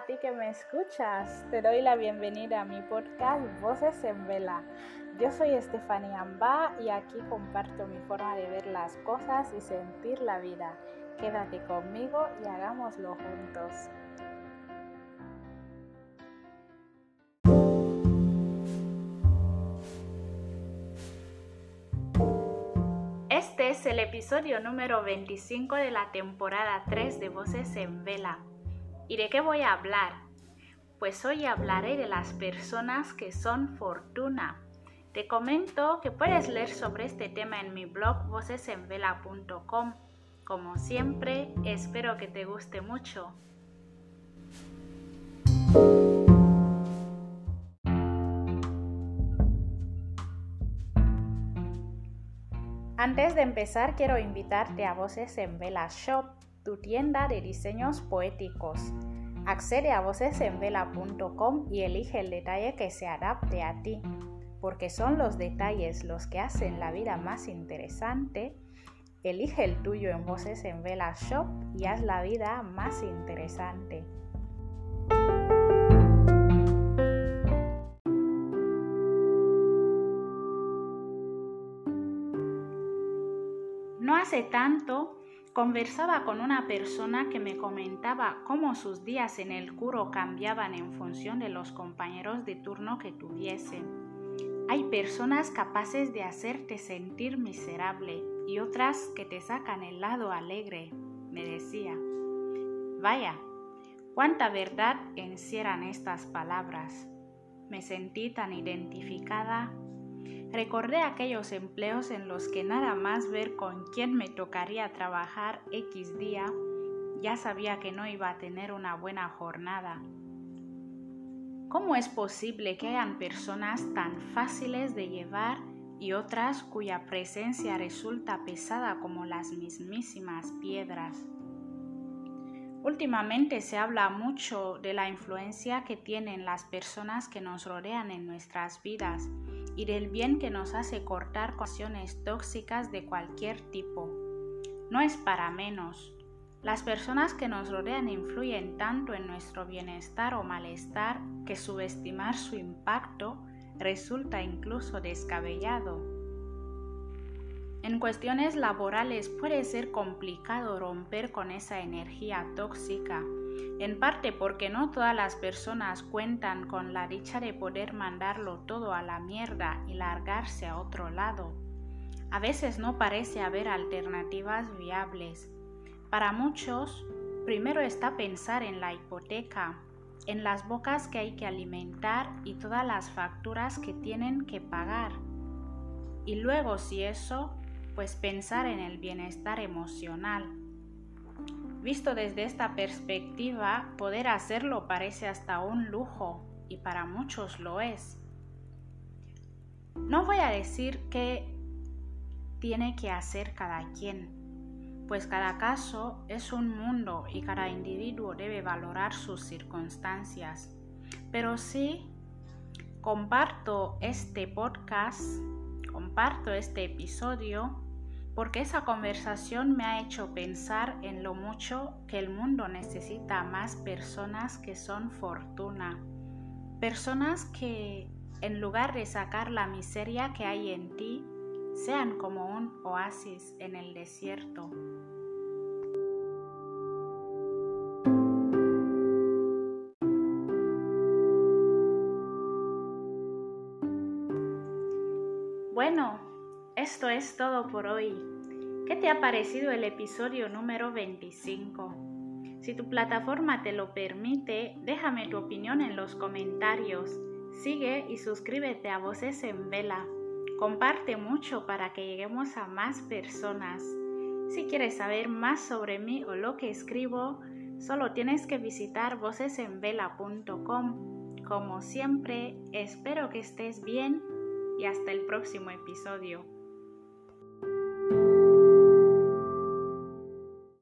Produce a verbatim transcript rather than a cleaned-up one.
ti que me escuchas, te doy la bienvenida a mi podcast Voces en Vela. Yo soy Estefanía Amba y aquí comparto mi forma de ver las cosas y sentir la vida. Quédate conmigo y hagámoslo juntos. Este es el episodio número veinticinco de la temporada tres de Voces en Vela. ¿Y de qué voy a hablar? Pues hoy hablaré de las personas que son fortuna. Te comento que puedes leer sobre este tema en mi blog voces en vela punto com. Como siempre, espero que te guste mucho. Antes de empezar, quiero invitarte a Voces en Vela Shop, tu tienda de diseños poéticos. Accede a voces en vela punto com y elige el detalle que se adapte a ti, porque son los detalles los que hacen la vida más interesante. Elige el tuyo en Voces en Vela Shop y haz la vida más interesante. No hace tanto, conversaba con una persona que me comentaba cómo sus días en el curro cambiaban en función de los compañeros de turno que tuviesen. Hay personas capaces de hacerte sentir miserable y otras que te sacan el lado alegre, me decía. Vaya, cuánta verdad encierran estas palabras. Me sentí tan identificada. Recordé aquellos empleos en los que nada más ver con quién me tocaría trabajar X día, ya sabía que no iba a tener una buena jornada. ¿Cómo es posible que hayan personas tan fáciles de llevar y otras cuya presencia resulta pesada como las mismísimas piedras? Últimamente se habla mucho de la influencia que tienen las personas que nos rodean en nuestras vidas y del bien que nos hace cortar relaciones tóxicas de cualquier tipo. No es para menos. Las personas que nos rodean influyen tanto en nuestro bienestar o malestar que subestimar su impacto resulta incluso descabellado. En cuestiones laborales puede ser complicado romper con esa energía tóxica, en parte porque no todas las personas cuentan con la dicha de poder mandarlo todo a la mierda y largarse a otro lado. A veces no parece haber alternativas viables. Para muchos, primero está pensar en la hipoteca, en las bocas que hay que alimentar y todas las facturas que tienen que pagar. Y luego, si eso, pues pensar en el bienestar emocional. Visto desde esta perspectiva, poder hacerlo parece hasta un lujo, y para muchos lo es. No voy a decir qué tiene que hacer cada quien, pues cada caso es un mundo y cada individuo debe valorar sus circunstancias. Pero sí, comparto este podcast, comparto este episodio, porque esa conversación me ha hecho pensar en lo mucho que el mundo necesita más personas que son fortuna. Personas que, en lugar de sacar la miseria que hay en ti, sean como un oasis en el desierto. Bueno, esto es todo por hoy. ¿Qué te ha parecido el episodio número veinticinco? Si tu plataforma te lo permite, déjame tu opinión en los comentarios. Sigue y suscríbete a Voces en Vela. Comparte mucho para que lleguemos a más personas. Si quieres saber más sobre mí o lo que escribo, solo tienes que visitar voces en vela punto com. Como siempre, espero que estés bien y hasta el próximo episodio.